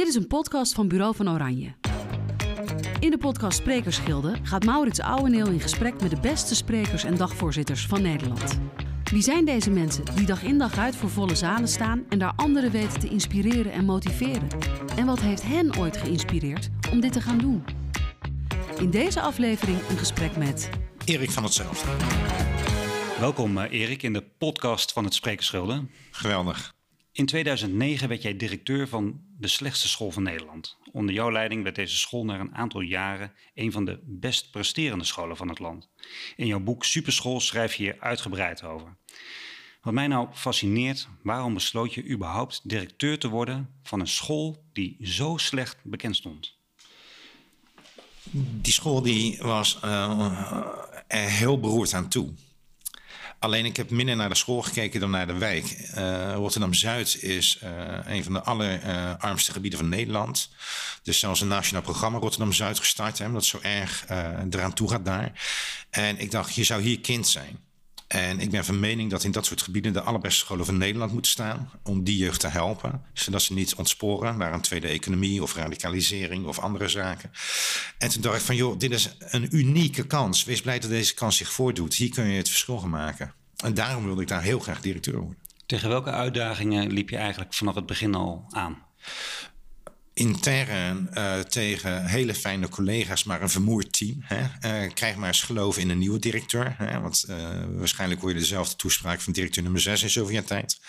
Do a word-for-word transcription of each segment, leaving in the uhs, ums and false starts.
is een podcast van Bureau van Oranje. In de podcast Sprekersgilde gaat Maurits Ouweneel in gesprek met de beste sprekers en dagvoorzitters van Nederland. Wie zijn deze mensen die dag in dag uit voor volle zalen staan en daar anderen weten te inspireren en motiveren? En wat heeft hen ooit geïnspireerd om dit te gaan doen? In deze aflevering een gesprek met Erik van Hetzelfde. Welkom Erik in de podcast van het Sprekersgilde. Geweldig. In tweeduizend negen werd jij directeur van de slechtste school van Nederland. Onder jouw leiding werd deze school na een aantal jaren een van de best presterende scholen van het land. In jouw boek Superschool schrijf je hier uitgebreid over. Wat mij nou fascineert, waarom besloot je überhaupt directeur te worden van een school die zo slecht bekend stond? Die school die was uh, er heel beroerd aan toe. Alleen ik heb minder naar de school gekeken dan naar de wijk. Uh, Rotterdam-Zuid is uh, een van de allerarmste uh, gebieden van Nederland. Dus zelfs een nationaal programma Rotterdam-Zuid gestart. Hè, omdat het zo erg uh, eraan toe gaat daar. En ik dacht, je zou hier kind zijn. En ik ben van mening dat in dat soort gebieden de allerbeste scholen van Nederland moeten staan. Om die jeugd te helpen. Zodat ze niet ontsporen naar een tweede economie of radicalisering of andere zaken. En toen dacht ik van joh, dit is een unieke kans. Wees blij dat deze kans zich voordoet. Hier kun je het verschil gaan maken. En daarom wilde ik daar heel graag directeur worden. Tegen welke uitdagingen liep je eigenlijk vanaf het begin al aan? Intern uh, tegen hele fijne collega's, maar een vermoeid team. Hè? Uh, krijg maar eens geloven in een nieuwe directeur. Hè? Want uh, waarschijnlijk hoor je dezelfde toespraak van directeur nummer zes in zoveel jaar tijd.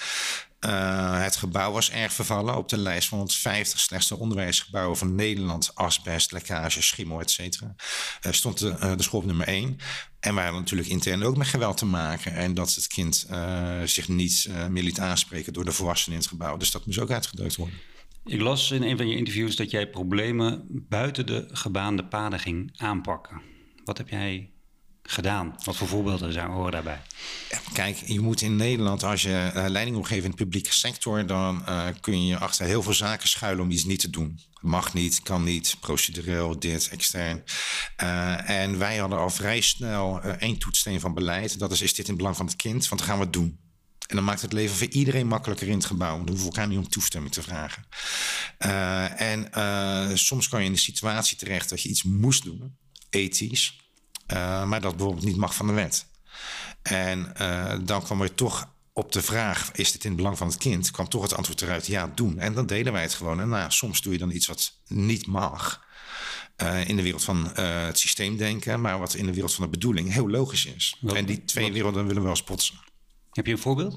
Uh, het gebouw was erg vervallen. Op de lijst van honderdvijftig slechtste onderwijsgebouwen van Nederland. Asbest, lekkage, schimmel, et cetera. Uh, stond de, uh, de school op nummer één. En we hadden natuurlijk intern ook met geweld te maken. En dat het kind uh, zich niet uh, meer liet aanspreken door de volwassenen in het gebouw. Dus dat moest ook uitgedeugd worden. Ik las in een van je interviews dat jij problemen buiten de gebaande paden ging aanpakken. Wat heb jij gedaan? Wat voor voorbeelden zijn, horen daarbij? Kijk, je moet in Nederland, als je uh, leiding opgeeft in de publieke sector, dan uh, kun je achter heel veel zaken schuilen om iets niet te doen. Mag niet, kan niet, procedureel, dit, extern. Uh, en wij hadden al vrij snel uh, één toetssteen van beleid. Dat is, is dit in het belang van het kind? Want dan gaan we het doen. En dan maakt het leven voor iedereen makkelijker in het gebouw. Dan hoeven we elkaar niet om toestemming te vragen. Uh, en uh, soms kan je in de situatie terecht dat je iets moest doen, ethisch. Uh, maar dat bijvoorbeeld niet mag van de wet. En uh, dan kwam er toch op de vraag, is dit in het belang van het kind? Kwam toch het antwoord eruit, ja, doen. En dan deden wij het gewoon. En nou, soms doe je dan iets wat niet mag. Uh, in de wereld van uh, het systeemdenken, maar wat in de wereld van de bedoeling heel logisch is. Wat, en die twee wat? werelden willen we wel spotsen. Heb je een voorbeeld?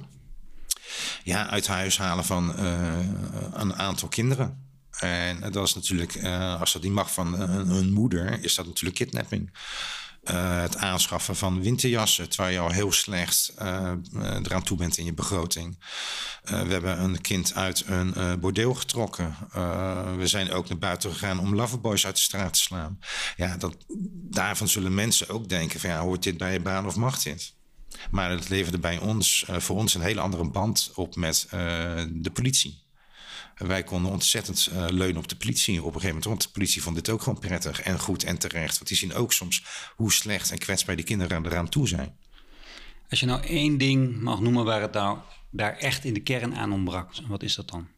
Ja, uit huis halen van uh, een aantal kinderen. En dat is natuurlijk, uh, als dat niet mag van een, een moeder, is dat natuurlijk kidnapping. Uh, het aanschaffen van winterjassen, terwijl je al heel slecht uh, eraan toe bent in je begroting. Uh, we hebben een kind uit een uh, bordeel getrokken. Uh, we zijn ook naar buiten gegaan om loverboys uit de straat te slaan. Ja, dat, daarvan zullen mensen ook denken van ja, hoort dit bij je baan of mag dit? Maar het leverde bij ons, uh, voor ons een hele andere band op met uh, de politie. Wij konden ontzettend uh, leunen op de politie op een gegeven moment. Want de politie vond dit ook gewoon prettig en goed en terecht. Want die zien ook soms hoe slecht en kwetsbaar die kinderen eraan toe zijn. Als je nou één ding mag noemen waar het nou daar echt in de kern aan ontbrak, wat is dat dan?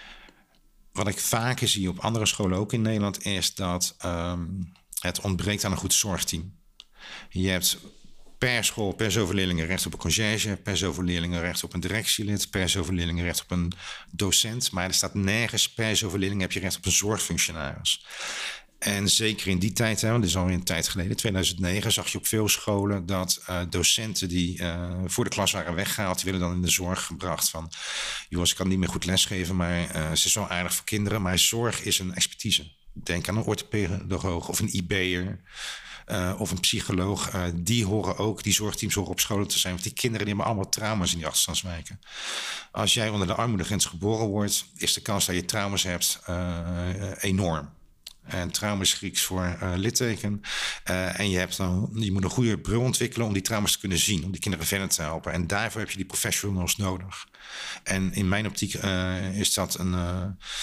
Wat ik vaker zie op andere scholen ook in Nederland is dat um, het ontbreekt aan een goed zorgteam. Je hebt per school, per zoveel leerlingen recht op een conciërge, per zoveel leerlingen recht op een directielid, per zoveel leerlingen recht op een docent. Maar er staat nergens per zoveel leerlingen heb je recht op een zorgfunctionaris. En zeker in die tijd, hè, want dit is alweer een tijd geleden, tweeduizend negen, zag je op veel scholen dat uh, docenten die uh, voor de klas waren weggehaald, die werden dan in de zorg gebracht van, jongens, ik kan niet meer goed lesgeven, maar uh, ze is wel aardig voor kinderen, maar zorg is een expertise. Denk aan een orthopedagoog of een I B'er. Uh, of een psycholoog, uh, die horen ook, die zorgteams horen op scholen te zijn. Want die kinderen die hebben allemaal trauma's in die achterstandswijken. Als jij onder de armoedegrens geboren wordt, is de kans dat je trauma's hebt uh, enorm. En trauma is Grieks voor uh, litteken. Uh, en je, hebt dan, je moet een goede bril ontwikkelen om die trauma's te kunnen zien. Om die kinderen verder te helpen. En daarvoor heb je die professionals nodig. En in mijn optiek uh, is dat een, uh,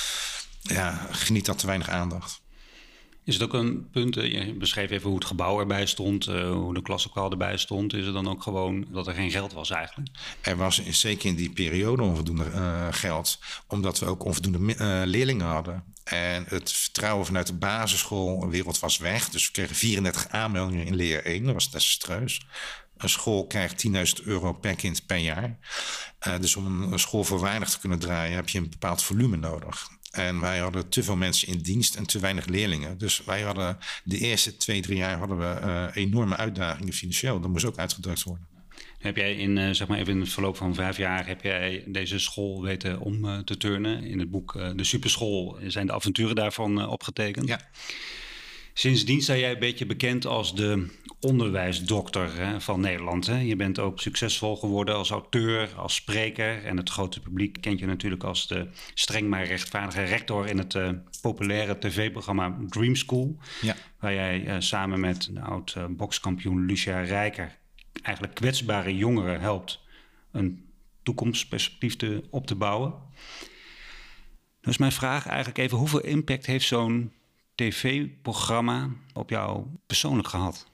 ja, geniet dat te weinig aandacht. Is het ook een punt, je beschreef even hoe het gebouw erbij stond, uh, hoe de klaslokaal erbij stond. Is het dan ook gewoon dat er geen geld was eigenlijk? Er was zeker in die periode onvoldoende uh, geld, omdat we ook onvoldoende uh, leerlingen hadden. En het vertrouwen vanuit de basisschoolwereld was weg. Dus we kregen vierendertig aanmeldingen in leer één. Dat was desastreus. Een school krijgt tienduizend euro per kind per jaar. Uh, dus om een school voorwaardig te kunnen draaien heb je een bepaald volume nodig. En wij hadden te veel mensen in dienst en te weinig leerlingen. Dus wij hadden de eerste twee, drie jaar hadden we uh, enorme uitdagingen financieel. Dat moest ook uitgedrukt worden. Heb jij in, uh, zeg maar even in het verloop van vijf jaar heb jij deze school weten om uh, te turnen? In het boek uh, De Superschool zijn de avonturen daarvan uh, opgetekend. Ja. Sindsdien sta jij een beetje bekend als de onderwijsdokter hè, van Nederland. Hè? Je bent ook succesvol geworden als auteur, als spreker. En het grote publiek kent je natuurlijk als de streng maar rechtvaardige rector in het uh, populaire tv-programma Dream School. Ja. Waar jij uh, samen met de oud-bokskampioen Lucia Rijker eigenlijk kwetsbare jongeren helpt een toekomstperspectief te, op te bouwen. Dus mijn vraag eigenlijk even, hoeveel impact heeft zo'n tv-programma op jou persoonlijk gehad?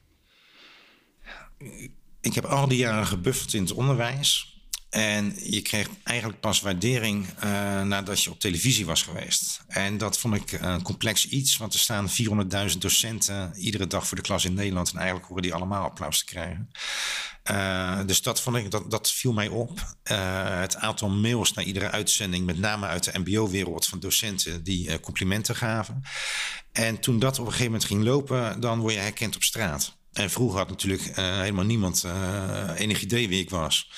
Ik heb al die jaren gebuffeld in het onderwijs. En je kreeg eigenlijk pas waardering uh, nadat je op televisie was geweest. En dat vond ik een complex iets. Want er staan vierhonderdduizend docenten iedere dag voor de klas in Nederland. En eigenlijk horen die allemaal applaus te krijgen. Uh, dus dat, vond ik, dat, dat viel mij op. Uh, het aantal mails naar iedere uitzending, met name uit de mbo-wereld van docenten die uh, complimenten gaven. En toen dat op een gegeven moment ging lopen, dan word je herkend op straat. En vroeger had natuurlijk uh, helemaal niemand uh, enig idee wie ik was.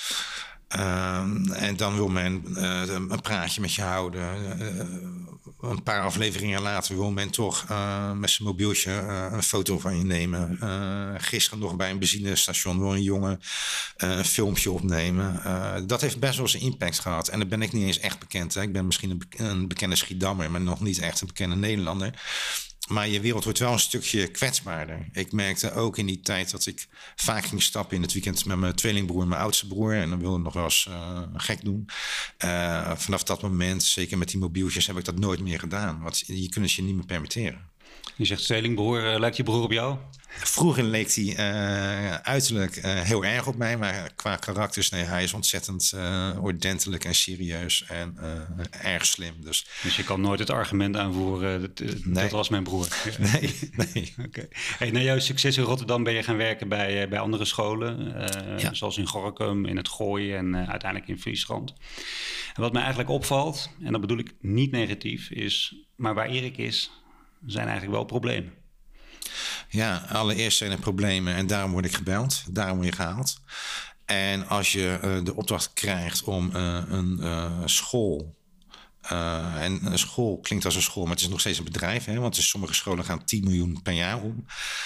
Uh, en dan wil men uh, een praatje met je houden. Uh, een paar afleveringen later wil men toch uh, met zijn mobieltje uh, een foto van je nemen. Uh, gisteren nog bij een benzinestation wil een jongen uh, een filmpje opnemen. Uh, dat heeft best wel zijn impact gehad. En dan ben ik niet eens echt bekend. Hè. Ik ben misschien een, be- een bekende Schiedammer, maar nog niet echt een bekende Nederlander. Maar je wereld wordt wel een stukje kwetsbaarder. Ik merkte ook in die tijd dat ik vaak ging stappen in het weekend met mijn tweelingbroer en mijn oudste broer. En dan wilde ik nog wel eens uh, gek doen. Uh, vanaf dat moment, zeker met die mobieltjes, heb ik dat nooit meer gedaan. Want je kunt het je niet meer permitteren. Je zegt tweelingbroer, uh, lijkt je broer op jou? Vroeger leek hij uh, uiterlijk uh, heel erg op mij, maar qua karakters, nee, hij is ontzettend uh, ordentelijk en serieus en uh, erg slim. Dus. dus je kan nooit het argument aanvoeren, dat, nee. dat was mijn broer. Nee, nee. Okay. Hey, na jouw succes in Rotterdam ben je gaan werken bij, bij andere scholen, uh, ja. zoals in Gorinchem, in het Gooi en uh, uiteindelijk in Friesland. En wat mij eigenlijk opvalt, en dat bedoel ik niet negatief, is, maar waar Erik is, zijn eigenlijk wel problemen. Ja, allereerst zijn er problemen en daarom word ik gebeld. Daarom word je gehaald. En als je uh, de opdracht krijgt om uh, een uh, school... Uh, en een school klinkt als een school, maar het is nog steeds een bedrijf. Hè? Want sommige scholen gaan tien miljoen per jaar om.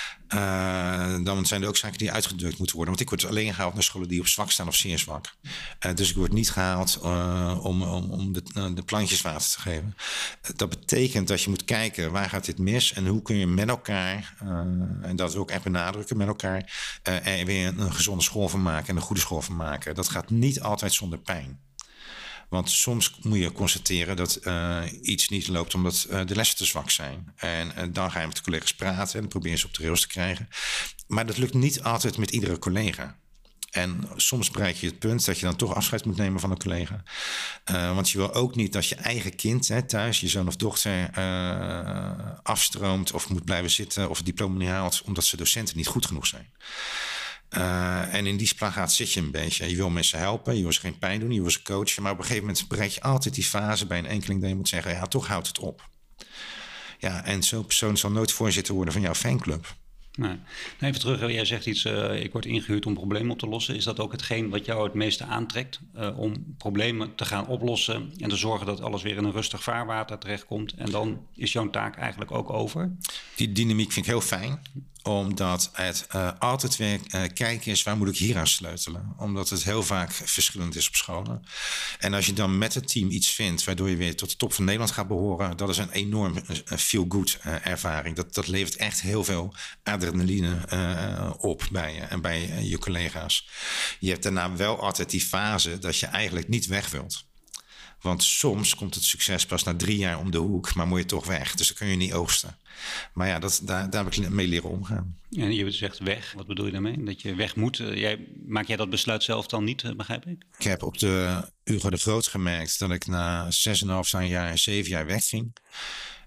Uh, dan zijn er ook zaken die uitgedrukt moeten worden. Want ik word alleen gehaald naar scholen die op zwak staan of zeer zwak. Uh, dus ik word niet gehaald uh, om, om, om de, uh, de plantjes water te geven. Uh, dat betekent dat je moet kijken waar gaat dit mis en hoe kun je met elkaar, uh, en dat is ook echt benadrukken, met elkaar uh, er weer een, een gezonde school van maken en een goede school van maken. Dat gaat niet altijd zonder pijn. Want soms moet je constateren dat uh, iets niet loopt omdat uh, de lessen te zwak zijn. En uh, dan ga je met de collega's praten en probeer je ze op de rails te krijgen. Maar dat lukt niet altijd met iedere collega. En soms bereik je het punt dat je dan toch afscheid moet nemen van een collega. Uh, want je wil ook niet dat je eigen kind hè, thuis, je zoon of dochter, uh, afstroomt of moet blijven zitten of het diploma niet haalt omdat ze docenten niet goed genoeg zijn. Uh, en in die spagaat zit je een beetje. Je wil mensen helpen, je wil ze geen pijn doen, je wil ze coachen. Maar op een gegeven moment bereik je altijd die fase bij een enkeling dat je moet zeggen, ja, toch houdt het op. Ja, en zo'n persoon zal nooit voorzitter worden van jouw fanclub. Nee. Even terug, jij zegt iets, uh, ik word ingehuurd om problemen op te lossen. Is dat ook hetgeen wat jou het meeste aantrekt? Uh, om problemen te gaan oplossen en te zorgen dat alles weer in een rustig vaarwater terechtkomt. En dan is jouw taak eigenlijk ook over? Die dynamiek vind ik heel fijn. Omdat het uh, altijd weer uh, kijken is, waar moet ik hier aan sleutelen? Omdat het heel vaak verschillend is op scholen. En als je dan met het team iets vindt, waardoor je weer tot de top van Nederland gaat behoren, dat is een enorm uh, feel-good uh, ervaring. Dat, dat levert echt heel veel adrenaline uh, op bij je en bij uh, je collega's. Je hebt daarna wel altijd die fase dat je eigenlijk niet weg wilt. Want soms komt het succes pas na drie jaar om de hoek, maar moet je toch weg. Dus dan kun je niet oogsten. Maar ja, dat, daar, daar heb ik mee leren omgaan. En je zegt weg. Wat bedoel je daarmee? Dat je weg moet? Jij, maak jij dat besluit zelf dan niet, begrijp ik? Ik heb op de Hugo de Groot gemerkt dat ik na zes en een half jaar, zeven jaar wegging.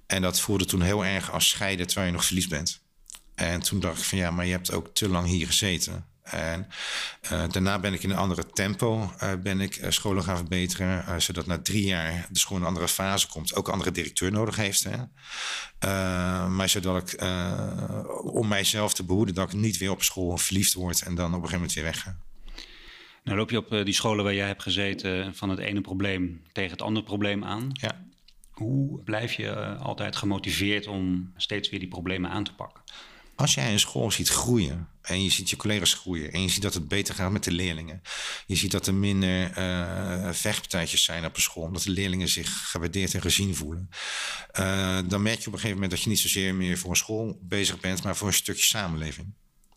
En dat voelde toen heel erg als scheiden terwijl je nog verliefd bent. En toen dacht ik van ja, maar je hebt ook te lang hier gezeten. En uh, daarna ben ik in een andere tempo uh, ben ik uh, scholen gaan verbeteren. Uh, zodat na drie jaar de school in een andere fase komt. Ook een andere directeur nodig heeft. Hè? Uh, maar zodat ik, uh, om mijzelf te behoeden, dat ik niet weer op school verliefd word. En dan op een gegeven moment weer wegga. Nou loop je op uh, die scholen waar jij hebt gezeten van het ene probleem tegen het andere probleem aan. Ja. Hoe blijf je uh, altijd gemotiveerd om steeds weer die problemen aan te pakken? Als jij een school ziet groeien en je ziet je collega's groeien en je ziet dat het beter gaat met de leerlingen. Je ziet dat er minder uh, vechtpartijtjes zijn op een school, omdat de leerlingen zich gewaardeerd en gezien voelen. Uh, dan merk je op een gegeven moment dat je niet zozeer meer voor een school bezig bent, maar voor een stukje samenleving.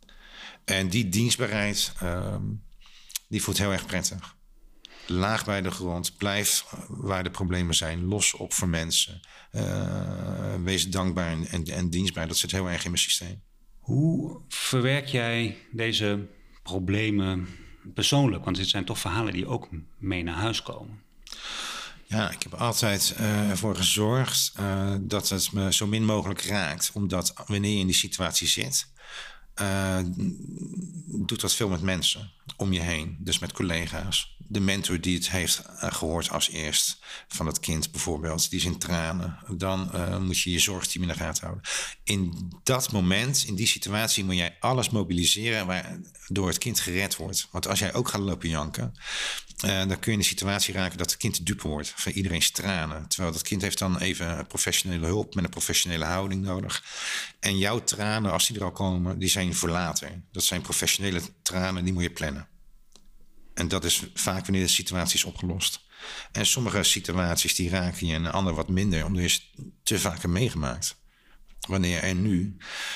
En die dienstbaarheid, uh, die voelt heel erg prettig. Laag bij de grond, blijf waar de problemen zijn, los op voor mensen. Uh, wees dankbaar en, en, en dienstbaar, dat zit heel erg in mijn systeem. Hoe verwerk jij deze problemen persoonlijk? Want dit zijn toch verhalen die ook mee naar huis komen. Ja, ik heb altijd uh, ervoor gezorgd uh, dat het me zo min mogelijk raakt. Omdat wanneer je in die situatie zit, uh, doet dat veel met mensen om je heen. Dus met collega's. De mentor die het heeft uh, gehoord als eerst van het kind bijvoorbeeld, die is in tranen. Dan uh, moet je je zorgteam in de gaten houden. In dat moment, in die situatie, moet jij alles mobiliseren waardoor het kind gered wordt. Want als jij ook gaat lopen janken, uh, dan kun je in de situatie raken dat het kind de dupe wordt van iedereen's tranen. Terwijl dat kind heeft dan even professionele hulp met een professionele houding nodig. En jouw tranen, als die er al komen, die zijn voor later. Dat zijn professionele tranen, die moet je plannen. En dat is vaak wanneer de situatie is opgelost. En sommige situaties die raken je en andere wat minder, omdat je ze te vaak hebt meegemaakt. Wanneer er nu,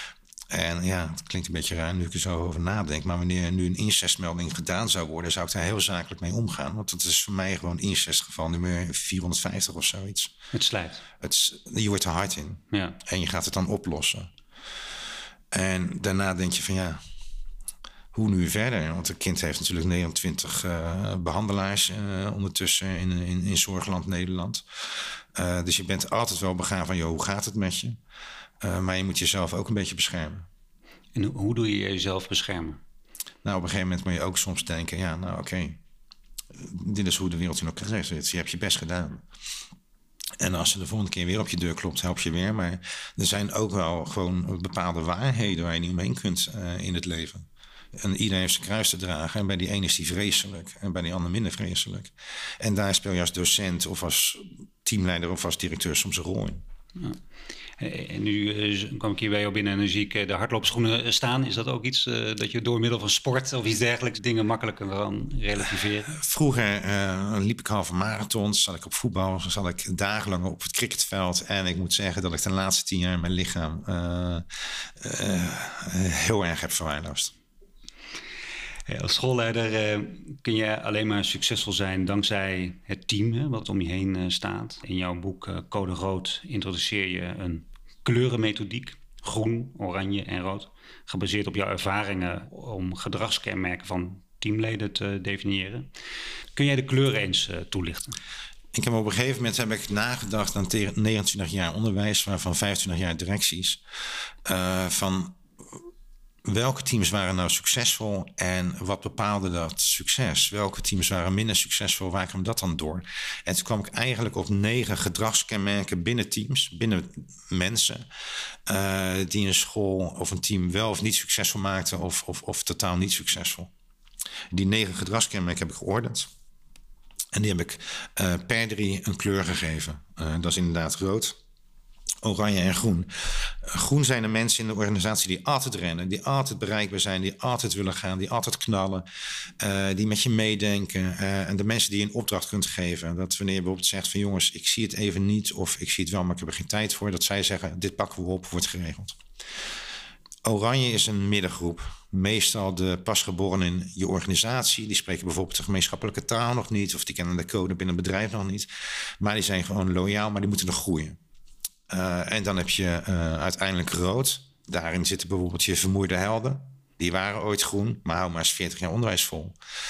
en ja, het klinkt een beetje raar nu ik er zo over nadenk, maar wanneer er nu een incestmelding gedaan zou worden, zou ik daar heel zakelijk mee omgaan. Want dat is voor mij gewoon incestgeval nummer vierhonderdvijftig of zoiets. Het slijt. Het, je wordt er hard in. Ja. En je gaat het dan oplossen. En daarna denk je van ja, hoe nu verder? Want het kind heeft natuurlijk negenentwintig uh, behandelaars uh, ondertussen in, in, in Zorgland Nederland. Uh, dus je bent altijd wel begaan van, joh, hoe gaat het met je? Uh, maar je moet jezelf ook een beetje beschermen. En hoe doe je jezelf beschermen? Nou, op een gegeven moment moet je ook soms denken, ja, nou oké, okay, dit is hoe de wereld in elkaar zit. Je hebt je best gedaan. En als ze de volgende keer weer op je deur klopt, help je weer. Maar er zijn ook wel gewoon bepaalde waarheden waar je niet omheen kunt uh, in het leven. En iedereen heeft zijn kruis te dragen. En bij die ene is die vreselijk. En bij die ander minder vreselijk. En daar speel je als docent of als teamleider of als directeur soms een rol in. Ja. En nu uh, kwam ik hier bij jou binnen en dan zie ik de hardloopschoenen staan. Is dat ook iets uh, dat je door middel van sport of iets dergelijks dingen makkelijker kan relativeren? Vroeger uh, liep ik halve marathons, zat ik op voetbal, zat ik dagenlang op het cricketveld. En ik moet zeggen dat ik de laatste tien jaar mijn lichaam uh, uh, heel erg heb verwaarloosd. Ja, als schoolleider uh, kun je alleen maar succesvol zijn dankzij het team hè, wat om je heen uh, staat. In jouw boek uh, Code Rood introduceer je een kleurenmethodiek. Groen, oranje en rood. Gebaseerd op jouw ervaringen om gedragskenmerken van teamleden te definiëren. Kun jij de kleuren eens uh, toelichten? Ik heb op een gegeven moment heb ik nagedacht aan negenentwintig jaar onderwijs, waarvan vijfentwintig jaar directies. Uh, van welke teams waren nou succesvol en wat bepaalde dat succes? Welke teams waren minder succesvol? Waar kwam dat dan door? En toen kwam ik eigenlijk op negen gedragskenmerken binnen teams, binnen mensen, uh, die een school of een team wel of niet succesvol maakten of, of, of totaal niet succesvol. Die negen gedragskenmerken heb ik geordend. En die heb ik uh, per drie een kleur gegeven. Uh, dat is inderdaad rood, oranje en groen. Groen zijn de mensen in de organisatie die altijd rennen, die altijd bereikbaar zijn, die altijd willen gaan, die altijd knallen, uh, die met je meedenken. Uh, en de mensen die je een opdracht kunt geven. Dat wanneer je bijvoorbeeld zegt van jongens, ik zie het even niet of ik zie het wel, maar ik heb er geen tijd voor. Dat zij zeggen, dit pakken we op, wordt geregeld. Oranje is een middengroep. Meestal de pasgeborenen in je organisatie. Die spreken bijvoorbeeld de gemeenschappelijke taal nog niet, of die kennen de code binnen een bedrijf nog niet. Maar die zijn gewoon loyaal, maar die moeten nog groeien. Uh, en dan heb je uh, uiteindelijk rood. Daarin zitten bijvoorbeeld je vermoeide helden. Die waren ooit groen, maar hou maar eens veertig jaar onderwijs vol.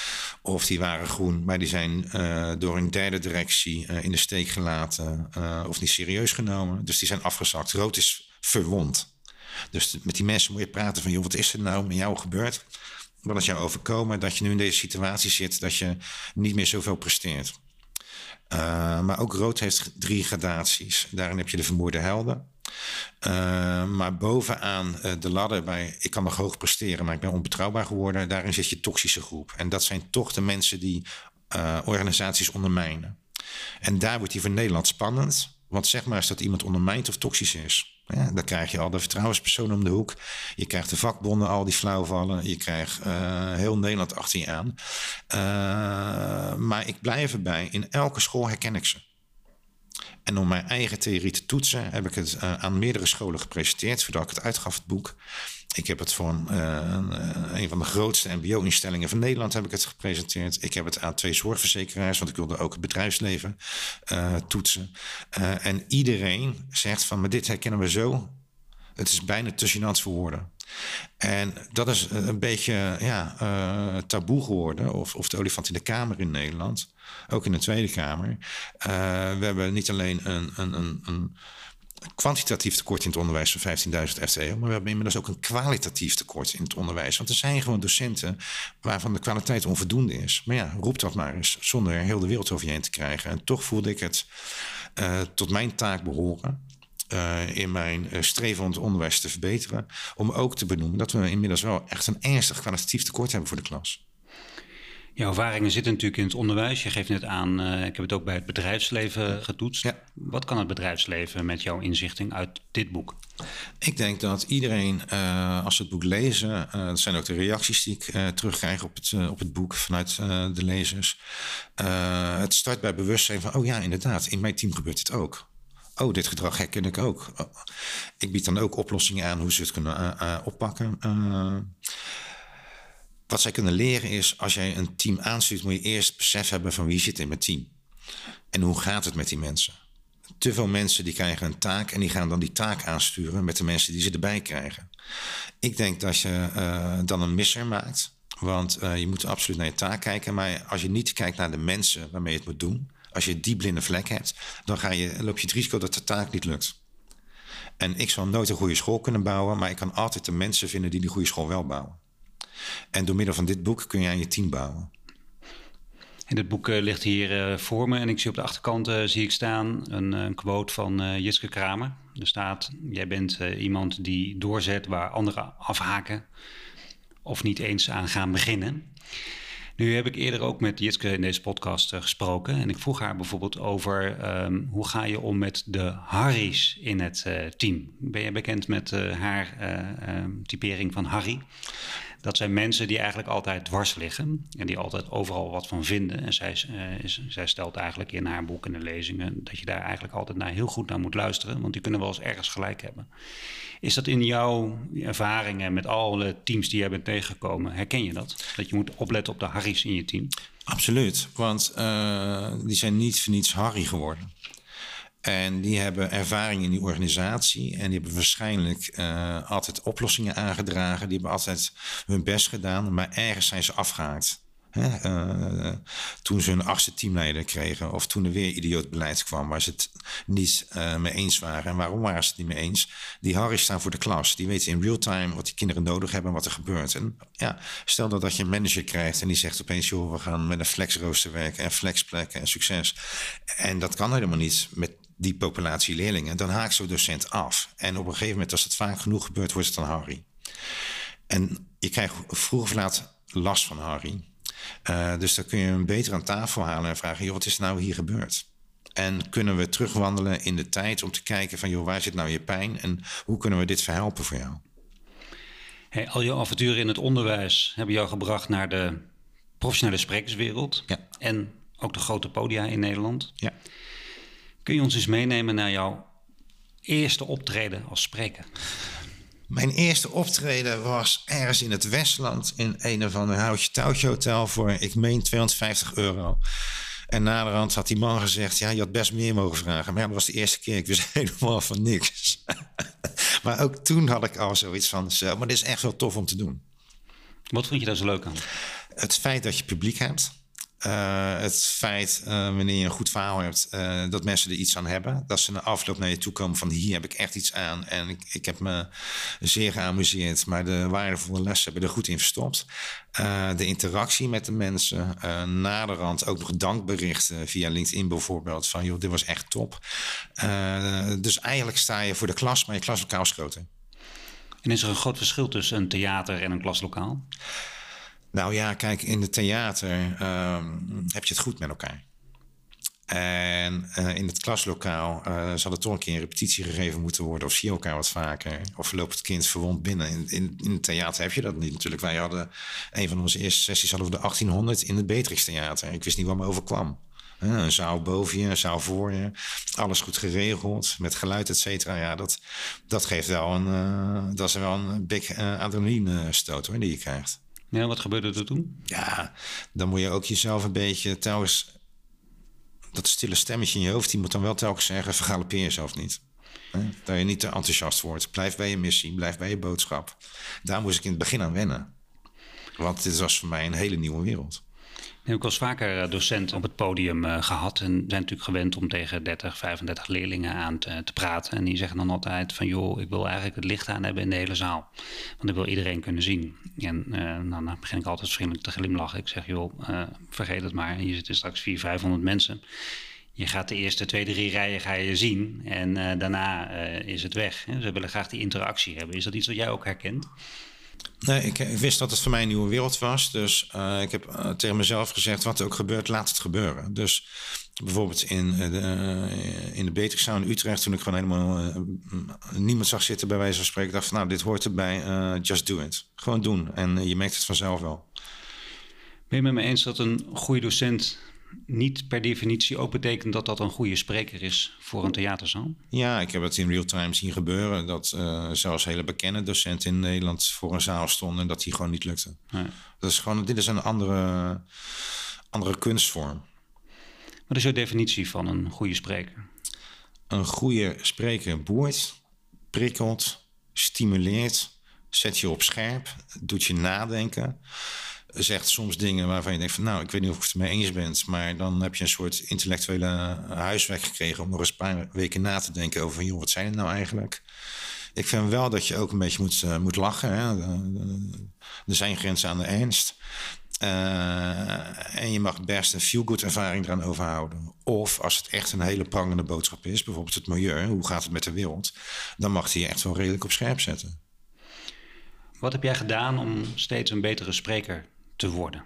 Of die waren groen, maar die zijn uh, door een derde directie uh, in de steek gelaten uh, of niet serieus genomen. Dus die zijn afgezakt. Rood is verwond. Dus met die mensen moet je praten van, joh, wat is er nou met jou gebeurd? Wat is jou overkomen dat je nu in deze situatie zit dat je niet meer zoveel presteert? Uh, maar ook rood heeft drie gradaties. Daarin heb je de vermoorde helden. Uh, maar bovenaan uh, de ladder bij ik kan nog hoog presteren, maar ik ben onbetrouwbaar geworden. Daarin zit je toxische groep. En dat zijn toch de mensen die uh, organisaties ondermijnen. En daar wordt die voor Nederland spannend. Want zeg maar eens dat iemand ondermijnt of toxisch is. Ja, dan krijg je al de vertrouwenspersoon om de hoek. Je krijgt de vakbonden al die flauw vallen. Je krijgt uh, heel Nederland achter je aan. Uh, maar ik blijf erbij. In elke school herken ik ze. En om mijn eigen theorie te toetsen heb ik het uh, aan meerdere scholen gepresenteerd voordat ik het uitgaf, het boek. Ik heb het voor een, uh, een van de grootste M B O-instellingen van Nederland heb ik het gepresenteerd. Ik heb het aan twee zorgverzekeraars, want ik wilde ook het bedrijfsleven uh, toetsen. Uh, en iedereen zegt van, maar dit herkennen we zo. Het is bijna te gênant voor woorden. En dat is een beetje ja, uh, taboe geworden. Of, of de olifant in de kamer in Nederland. Ook in de Tweede Kamer. Uh, we hebben niet alleen een, een, een, een kwantitatief tekort in het onderwijs van vijftienduizend F T E, maar we hebben inmiddels ook een kwalitatief tekort in het onderwijs. Want er zijn gewoon docenten waarvan de kwaliteit onvoldoende is. Maar ja, roep dat maar eens zonder heel de wereld over je heen te krijgen. En toch voelde ik het uh, tot mijn taak behoren. Uh, in mijn uh, streven om het onderwijs te verbeteren. Om ook te benoemen dat we inmiddels wel echt een ernstig kwalitatief tekort hebben voor de klas. Jouw ervaringen zitten natuurlijk in het onderwijs. Je geeft net aan, uh, ik heb het ook bij het bedrijfsleven getoetst. Ja. Wat kan het bedrijfsleven met jouw inzichting uit dit boek? Ik denk dat iedereen, uh, als ze het boek lezen, uh, dat zijn ook de reacties die ik uh, terugkrijg op het, uh, op het boek vanuit uh, de lezers. Uh, het start bij bewustzijn van, oh ja, inderdaad, in mijn team gebeurt dit ook. Oh, dit gedrag herken ik ook. Oh, ik bied dan ook oplossingen aan hoe ze het kunnen uh, uh, oppakken. Uh, wat zij kunnen leren is, als jij een team aanstuurt, moet je eerst besef hebben van wie zit in mijn team. En hoe gaat het met die mensen? Te veel mensen die krijgen een taak en die gaan dan die taak aansturen met de mensen die ze erbij krijgen. Ik denk dat je uh, dan een misser maakt. Want uh, je moet absoluut naar je taak kijken. Maar als je niet kijkt naar de mensen waarmee je het moet doen, als je die blinde vlek hebt, dan ga je, loop je het risico dat de taak niet lukt. En ik zal nooit een goede school kunnen bouwen, maar ik kan altijd de mensen vinden die die goede school wel bouwen. En door middel van dit boek kun je aan je team bouwen. En dit boek uh, ligt hier uh, voor me en ik zie op de achterkant uh, zie ik staan een, een quote van uh, Jitske Kramer. Er staat, jij bent uh, iemand die doorzet waar anderen afhaken of niet eens aan gaan beginnen. Nu heb ik eerder ook met Jitske in deze podcast uh, gesproken. En ik vroeg haar bijvoorbeeld over um, hoe ga je om met de Harry's in het uh, team. Ben je bekend met uh, haar uh, uh, typering van Harry? Dat zijn mensen die eigenlijk altijd dwars liggen en die altijd overal wat van vinden. En zij, uh, is, zij stelt eigenlijk in haar boek en de lezingen dat je daar eigenlijk altijd naar, heel goed naar moet luisteren. Want die kunnen wel eens ergens gelijk hebben. Is dat in jouw ervaringen met alle teams die je bent tegengekomen, herken je dat? Dat je moet opletten op de Harry's in je team? Absoluut, want uh, die zijn niet voor niets Harry geworden. En die hebben ervaring in die organisatie. En die hebben waarschijnlijk uh, altijd oplossingen aangedragen. Die hebben altijd hun best gedaan. Maar ergens zijn ze afgehaakt. Hè? Uh, toen ze hun achtste teamleider kregen. Of toen er weer idioot beleid kwam. Waar ze het niet uh, mee eens waren. En waarom waren ze het niet mee eens? Die Harry's staan voor de klas. Die weten in real time wat die kinderen nodig hebben. En wat er gebeurt. En ja, stel dat, dat je een manager krijgt. En die zegt opeens, joh, we gaan met een flexrooster werken. En flexplekken en succes. En dat kan helemaal niet met die populatie leerlingen, dan haakt zo'n docent af. En op een gegeven moment, als het vaak genoeg gebeurt, wordt het dan Harry. En je krijgt vroeg of laat last van Harry. Uh, dus dan kun je hem beter aan tafel halen en vragen, joh, wat is nou hier gebeurd? En kunnen we terugwandelen in de tijd om te kijken van, joh, waar zit nou je pijn? En hoe kunnen we dit verhelpen voor jou? Hey, al je avonturen in het onderwijs hebben jou gebracht naar de professionele sprekerswereld. Ja. En ook de grote podia in Nederland. Ja. Kun je ons eens meenemen naar jouw eerste optreden als spreker? Mijn eerste optreden was ergens in het Westland in een of ander houtje touwtje hotel voor, ik meen, tweehonderdvijftig euro. En naderhand had die man gezegd, ja, je had best meer mogen vragen. Maar ja, dat was de eerste keer, ik wist helemaal van niks. Maar ook toen had ik al zoiets van, zo, maar dit is echt wel tof om te doen. Wat vond je daar zo leuk aan? Het feit dat je publiek hebt. Uh, het feit, uh, wanneer je een goed verhaal hebt, uh, dat mensen er iets aan hebben. Dat ze na afloop naar je toe komen van hier heb ik echt iets aan. En ik, ik heb me zeer geamuseerd, maar de waardevolle lessen hebben er goed in verstopt. Uh, de interactie met de mensen. Uh, naderhand ook nog dankberichten via LinkedIn bijvoorbeeld. Van joh, dit was echt top. Uh, dus eigenlijk sta je voor de klas, maar je klaslokaal is groter. En is er een groot verschil tussen een theater en een klaslokaal? Nou ja, kijk, in het theater uh, heb je het goed met elkaar. En uh, in het klaslokaal uh, zal er toch een keer een repetitie gegeven moeten worden. Of zie je elkaar wat vaker. Of loopt het kind verwond binnen. In, in, in het theater heb je dat niet natuurlijk. Wij hadden, een van onze eerste sessies hadden we de achttienhonderd in het Beatrix Theater. Ik wist niet wat me overkwam. Uh, een zaal boven je, een zaal voor je. Alles goed geregeld, met geluid, et cetera. Ja, dat, dat geeft wel een, uh, dat is wel een big uh, adrenaline stoot hoor, die je krijgt. Ja, wat gebeurde er toen? Ja, dan moet je ook jezelf een beetje telkens... Dat stille stemmetje in je hoofd, die moet dan wel telkens zeggen... vergalopeer jezelf niet. Hè? Dat je niet te enthousiast wordt. Blijf bij je missie, blijf bij je boodschap. Daar moest ik in het begin aan wennen. Want dit was voor mij een hele nieuwe wereld. Ik heb als vaker docenten op het podium uh, gehad... en zijn natuurlijk gewend om tegen dertig, vijfendertig leerlingen aan te, te praten. En die zeggen dan altijd van... joh, ik wil eigenlijk het licht aan hebben in de hele zaal. Want ik wil iedereen kunnen zien. En uh, dan begin ik altijd vriendelijk te glimlachen. Ik zeg, joh, uh, vergeet het maar. Hier zitten straks vierhonderd, vijfhonderd mensen. Je gaat de eerste twee, drie rijen ga je zien. En uh, daarna uh, is het weg. Hè? Ze willen graag die interactie hebben. Is dat iets wat jij ook herkent? Nee, ik, ik wist dat het voor mij een nieuwe wereld was. Dus uh, ik heb uh, tegen mezelf gezegd, wat er ook gebeurt, laat het gebeuren. Dus bijvoorbeeld in, uh, de, uh, in de Beatrixzaal in Utrecht... toen ik gewoon helemaal uh, niemand zag zitten bij wijze van spreken... dacht van, nou, dit hoort erbij, uh, just do it. Gewoon doen en uh, je merkt het vanzelf wel. Ben je met me eens dat een goede docent... niet per definitie ook betekent dat dat een goede spreker is voor een theaterzaal? Ja, ik heb het in real time zien gebeuren. Dat uh, zelfs hele bekende docenten in Nederland voor een zaal stonden... en dat die gewoon niet lukte. Nee. Dat is gewoon, dit is een andere, andere kunstvorm. Wat is jouw definitie van een goede spreker? Een goede spreker boeit, prikkelt, stimuleert... zet je op scherp, doet je nadenken... zegt soms dingen waarvan je denkt van... nou, ik weet niet of ik het ermee eens ben... maar dan heb je een soort intellectuele huiswerk gekregen... om nog eens een paar weken na te denken over... joh, wat zijn het nou eigenlijk? Ik vind wel dat je ook een beetje moet, uh, moet lachen. Hè? Er zijn grenzen aan de ernst. Uh, en je mag best een feel-good ervaring eraan overhouden. Of als het echt een hele prangende boodschap is... bijvoorbeeld het milieu, hoe gaat het met de wereld... dan mag die je echt wel redelijk op scherp zetten. Wat heb jij gedaan om steeds een betere spreker te worden?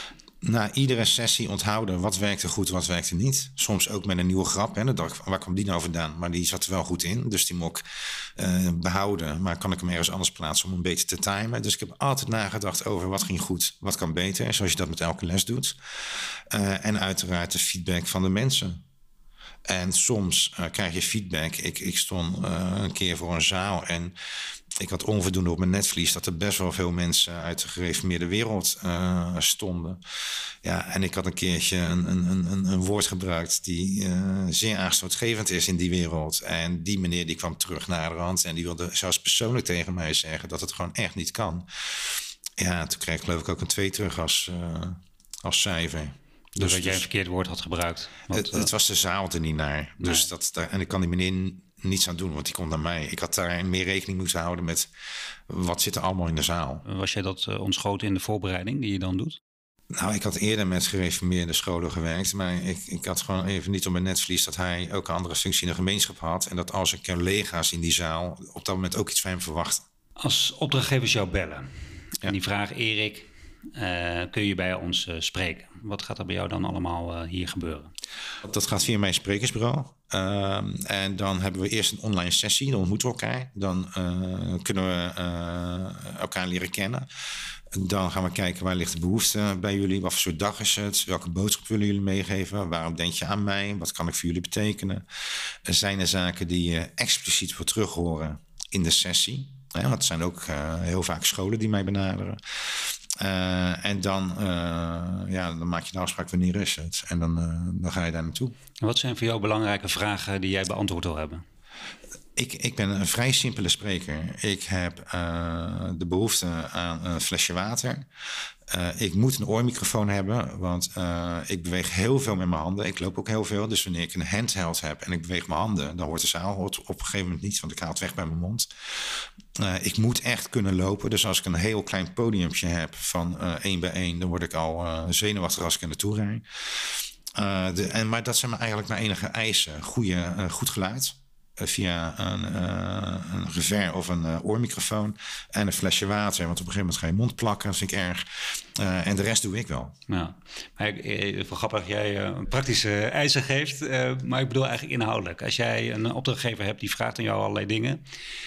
Na iedere sessie onthouden wat werkte goed, wat werkte niet. Soms ook met een nieuwe grap. Hè. Dan dacht ik, waar kwam die nou vandaan? Maar die zat er wel goed in. Dus die moet ik uh, behouden. Maar kan ik hem ergens anders plaatsen om hem beter te timen? Dus ik heb altijd nagedacht over wat ging goed, wat kan beter. Zoals je dat met elke les doet. Uh, en uiteraard de feedback van de mensen. En soms uh, krijg je feedback. Ik, ik stond uh, een keer voor een zaal en... ik had onvoldoende op mijn netvlies dat er best wel veel mensen uit de gereformeerde wereld uh, stonden. Ja, en ik had een keertje een, een, een, een woord gebruikt die uh, zeer aanstootgevend is in die wereld. En die meneer die kwam terug naar de hand en die wilde zelfs persoonlijk tegen mij zeggen dat het gewoon echt niet kan. Ja, toen kreeg ik geloof ik ook een twee terug als, uh, als cijfer. Dus, dus dat jij een verkeerd woord had gebruikt. Want, het, het was de zaal er niet naar. Dus nee. dat, daar, en ik kan die meneer niets aan doen, want die komt naar mij. Ik had daar meer rekening moeten houden met wat zit er allemaal in de zaal. Was jij dat uh, ontschoten in de voorbereiding die je dan doet? Nou, ik had eerder met gereformeerde scholen gewerkt, maar ik, ik had gewoon even niet op mijn netvlies dat hij ook een andere functie in de gemeenschap had en dat als ik collega's in die zaal op dat moment ook iets van hem verwachten. Als opdrachtgevers jou bellen ja. en die vragen, Erik, uh, kun je bij ons uh, spreken? Wat gaat er bij jou dan allemaal uh, hier gebeuren? Dat gaat via mijn sprekersbureau. Uh, en dan hebben we eerst een online sessie. Dan ontmoeten we elkaar. Dan uh, kunnen we uh, elkaar leren kennen. Dan gaan we kijken waar ligt de behoefte bij jullie. Wat voor soort dag is het? Welke boodschap willen jullie meegeven? Waarom denk je aan mij? Wat kan ik voor jullie betekenen? Er zijn er zaken die je expliciet wil terughoren in de sessie. Ja, want het zijn ook uh, heel vaak scholen die mij benaderen. Uh, en dan, uh, ja, dan maak je de afspraak wanneer is het. En dan, uh, dan ga je daar naartoe. En wat zijn voor jou belangrijke vragen die jij beantwoord wil hebben? Ik, ik ben een vrij simpele spreker. Ik heb uh, de behoefte aan een flesje water. Uh, ik moet een oormicrofoon hebben, want uh, ik beweeg heel veel met mijn handen. Ik loop ook heel veel, dus wanneer ik een handheld heb en ik beweeg mijn handen, dan hoort de zaal hoort op een gegeven moment niet, want ik haal het weg bij mijn mond. Uh, ik moet echt kunnen lopen, dus als ik een heel klein podiumpje heb van uh, één bij één, dan word ik al uh, zenuwachtig als ik er naartoe rijd. Uh, de, en, maar dat zijn eigenlijk mijn enige eisen. Goeie, uh, goed geluid. Via een, uh, een revers of een uh, oormicrofoon en een flesje water. Want op een gegeven moment ga je mond plakken, dat vind ik erg. Uh, en de rest doe ik wel. Ja, maar ik, ik, wel grappig dat jij uh, een praktische eisen geeft. Uh, maar ik bedoel eigenlijk inhoudelijk. Als jij een opdrachtgever hebt die vraagt aan jou allerlei dingen.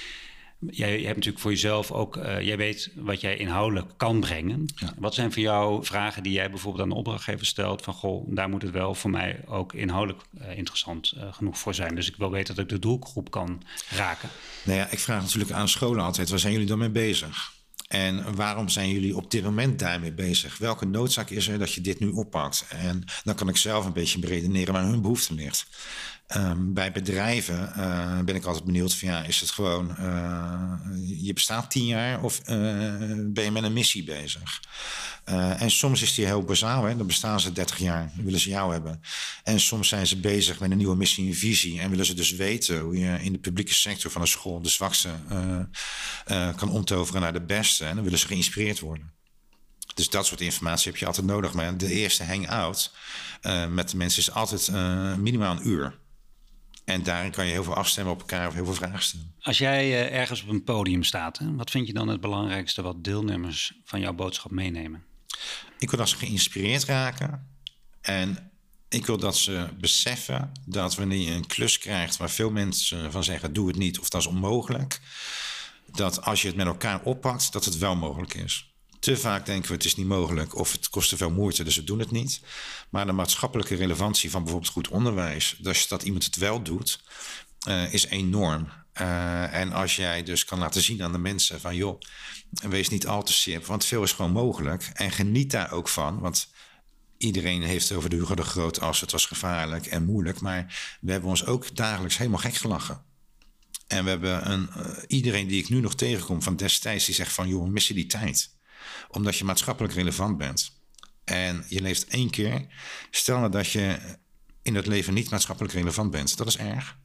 Jij je hebt natuurlijk voor jezelf ook, uh, jij weet wat jij inhoudelijk kan brengen. Ja. Wat zijn voor jou vragen die jij bijvoorbeeld aan de opdrachtgever stelt? Van goh, daar moet het wel voor mij ook inhoudelijk uh, interessant uh, genoeg voor zijn. Dus ik wil weten dat ik de doelgroep kan raken. Nou ja, ik vraag natuurlijk aan scholen altijd, waar zijn jullie dan mee bezig? En waarom zijn jullie op dit moment daarmee bezig? Welke noodzaak is er dat je dit nu oppakt? En dan kan ik zelf een beetje beredeneren waar hun behoefte ligt. Um, bij bedrijven uh, ben ik altijd benieuwd van ja, is het gewoon uh, je bestaat tien jaar of uh, ben je met een missie bezig? Uh, en soms is die heel bazaal, hè? Dan bestaan ze dertig jaar, dan willen ze jou hebben. En soms zijn ze bezig met een nieuwe missie en visie en willen ze dus weten hoe je in de publieke sector van een school de zwakste uh, uh, kan omtoveren naar de beste. En dan willen ze geïnspireerd worden. Dus dat soort informatie heb je altijd nodig. Maar de eerste hangout uh, met de mensen is altijd uh, minimaal een uur. En daarin kan je heel veel afstemmen op elkaar of heel veel vragen stellen. Als jij uh, ergens op een podium staat, hè, wat vind je dan het belangrijkste wat deelnemers van jouw boodschap meenemen? Ik wil dat ze geïnspireerd raken. En ik wil dat ze beseffen dat wanneer je een klus krijgt waar veel mensen van zeggen doe het niet of dat is onmogelijk. Dat als je het met elkaar oppakt, dat het wel mogelijk is. Te vaak denken we het is niet mogelijk of het kost te veel moeite, dus we doen het niet. Maar de maatschappelijke relevantie van bijvoorbeeld goed onderwijs, dus dat iemand het wel doet, uh, is enorm. Uh, en als jij dus kan laten zien aan de mensen van joh, wees niet al te sip, want veel is gewoon mogelijk. En geniet daar ook van, want iedereen heeft over de Hugo de Groot als het was gevaarlijk en moeilijk. Maar we hebben ons ook dagelijks helemaal gek gelachen. En we hebben een, uh, iedereen die ik nu nog tegenkom van destijds, die zegt van joh, mis je die tijd. Omdat je maatschappelijk relevant bent. En je leeft één keer. Stel nou dat je in het leven niet maatschappelijk relevant bent. Dat is erg.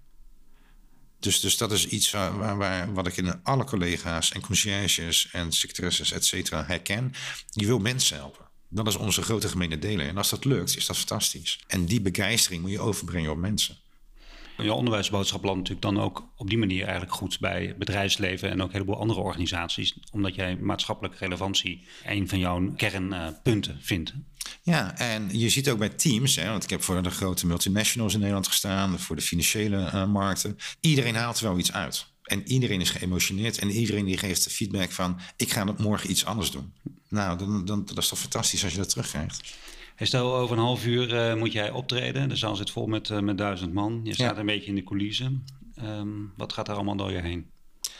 Dus, dus dat is iets waar, waar, waar, wat ik in alle collega's en conciërges en secretaresses, et cetera, herken. Je wil mensen helpen. Dat is onze grote gemene deler. En als dat lukt, is dat fantastisch. En die begeistering moet je overbrengen op mensen. Je onderwijsboodschap landt natuurlijk dan ook op die manier eigenlijk goed bij het bedrijfsleven en ook een heleboel andere organisaties, omdat jij maatschappelijke relevantie een van jouw kernpunten uh, vindt. Ja, en je ziet ook bij teams, hè, want ik heb voor de grote multinationals in Nederland gestaan, voor de financiële uh, markten. Iedereen haalt wel iets uit. En iedereen is geëmotioneerd en iedereen die geeft de feedback van ik ga morgen iets anders doen. Nou, dan, dan, dat is toch fantastisch als je dat terugkrijgt. Hey, stel, over een half uur uh, moet jij optreden. De zaal zit vol met, uh, met duizend man. Je staat ja. een beetje in de coulissen. Um, wat gaat daar allemaal door je heen?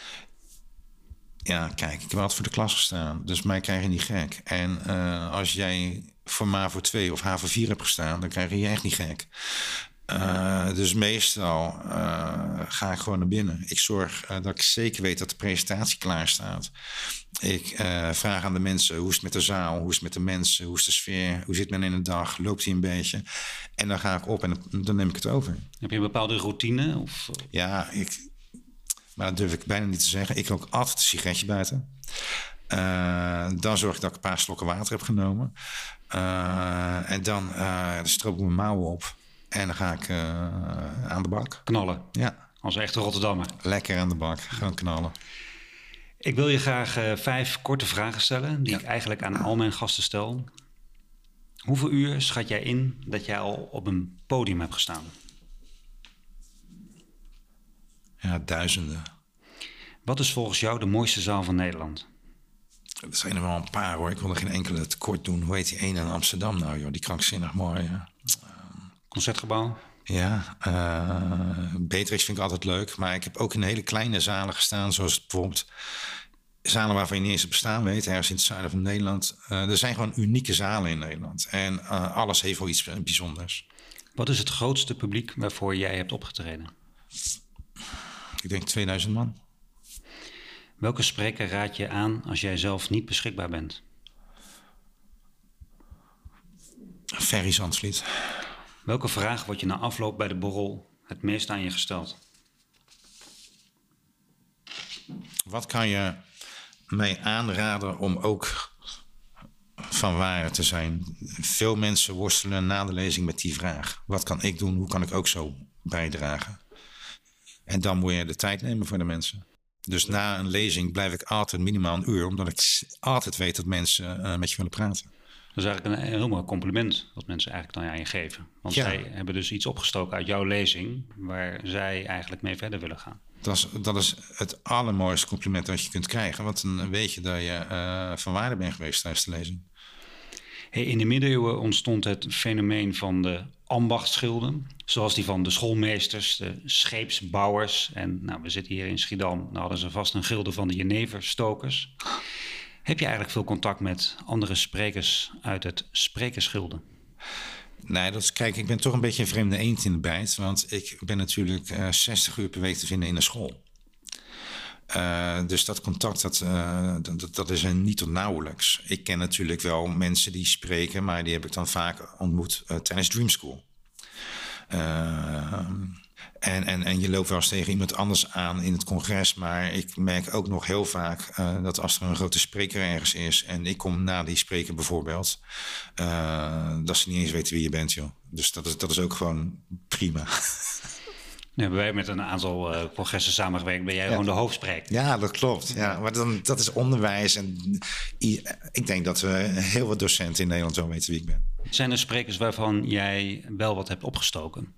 Ja, kijk, ik heb altijd voor de klas gestaan. Dus mij krijg je niet gek. En uh, als jij voor MAVO twee of H A V O vier hebt gestaan, dan krijg je je echt niet gek. Uh, dus meestal uh, ga ik gewoon naar binnen. Ik zorg uh, dat ik zeker weet dat de presentatie klaar staat. Ik uh, vraag aan de mensen, hoe is het met de zaal? Hoe is het met de mensen? Hoe is de sfeer? Hoe zit men in de dag? Loopt hij een beetje? En dan ga ik op en dan neem ik het over. Heb je een bepaalde routine? Of? Ja, ik, maar dat durf ik bijna niet te zeggen. Ik rook altijd een sigaretje buiten. Uh, dan zorg ik dat ik een paar slokken water heb genomen. Uh, en dan, uh, dan stroop ik mijn mouwen op. En dan ga ik uh, aan de bak. Knallen? Ja. Als echte Rotterdammer? Lekker aan de bak. Gewoon knallen. Ik wil je graag uh, vijf korte vragen stellen, die ja. ik eigenlijk aan al mijn gasten stel. Hoeveel uur schat jij in dat jij al op een podium hebt gestaan? Ja, duizenden. Wat is volgens jou de mooiste zaal van Nederland? Er zijn er wel een paar hoor. Ik wil er geen enkele tekort doen. Hoe heet die ene in Amsterdam nou joh? Die krankzinnig mooi. Ja. Concertgebouw? Ja, uh, Beatrix vind ik altijd leuk. Maar ik heb ook in hele kleine zalen gestaan. Zoals bijvoorbeeld zalen waarvan je niet eens het bestaan weet. Ergens in het zuiden van Nederland. Uh, er zijn gewoon unieke zalen in Nederland. En uh, alles heeft wel iets bijzonders. Wat is het grootste publiek waarvoor jij hebt opgetreden? Ik denk tweeduizend man. Welke spreker raad je aan als jij zelf niet beschikbaar bent? Ferry Zandvliet. Welke vraag wordt je na afloop bij de borrel het meest aan je gesteld? Wat kan je mij aanraden om ook van waarde te zijn? Veel mensen worstelen na de lezing met die vraag. Wat kan ik doen? Hoe kan ik ook zo bijdragen? En dan moet je de tijd nemen voor de mensen. Dus na een lezing blijf ik altijd minimaal een uur, omdat ik altijd weet dat mensen uh, met je willen praten. Dat is eigenlijk een heel mooi compliment wat mensen eigenlijk dan aan je geven. Want ja. zij hebben dus iets opgestoken uit jouw lezing waar zij eigenlijk mee verder willen gaan. Dat is, dat is het allermooiste compliment dat je kunt krijgen. Want dan weet je dat je uh, van waarde bent geweest tijdens de lezing. Hey, in de middeleeuwen ontstond het fenomeen van de ambachtsschilden. Zoals die van de schoolmeesters, de scheepsbouwers. En nou, we zitten hier in Schiedam. Dan hadden ze vast een gilde van de jeneverstokers. Heb je eigenlijk veel contact met andere sprekers uit het sprekersgilde? Nee, dat is, kijk, ik ben toch een beetje een vreemde eend in de bijt. Want ik ben natuurlijk uh, zestig uur per week te vinden in een school. Uh, dus dat contact, dat, uh, dat, dat is er niet tot nauwelijks. Ik ken natuurlijk wel mensen die spreken, maar die heb ik dan vaak ontmoet uh, tijdens Dream School. Uh, en, en, en je loopt wel eens tegen iemand anders aan in het congres, maar ik merk ook nog heel vaak uh, dat als er een grote spreker ergens is en ik kom na die spreker bijvoorbeeld, uh, dat ze niet eens weten wie je bent, joh. Dus dat is, dat is ook gewoon prima. Nu hebben wij met een aantal uh, congressen samengewerkt. Ben jij ja. gewoon de hoofdspreker? Ja, dat klopt. Ja, maar dan, dat is onderwijs. En ik denk dat we heel wat docenten in Nederland zo weten wie ik ben. Zijn er sprekers waarvan jij wel wat hebt opgestoken?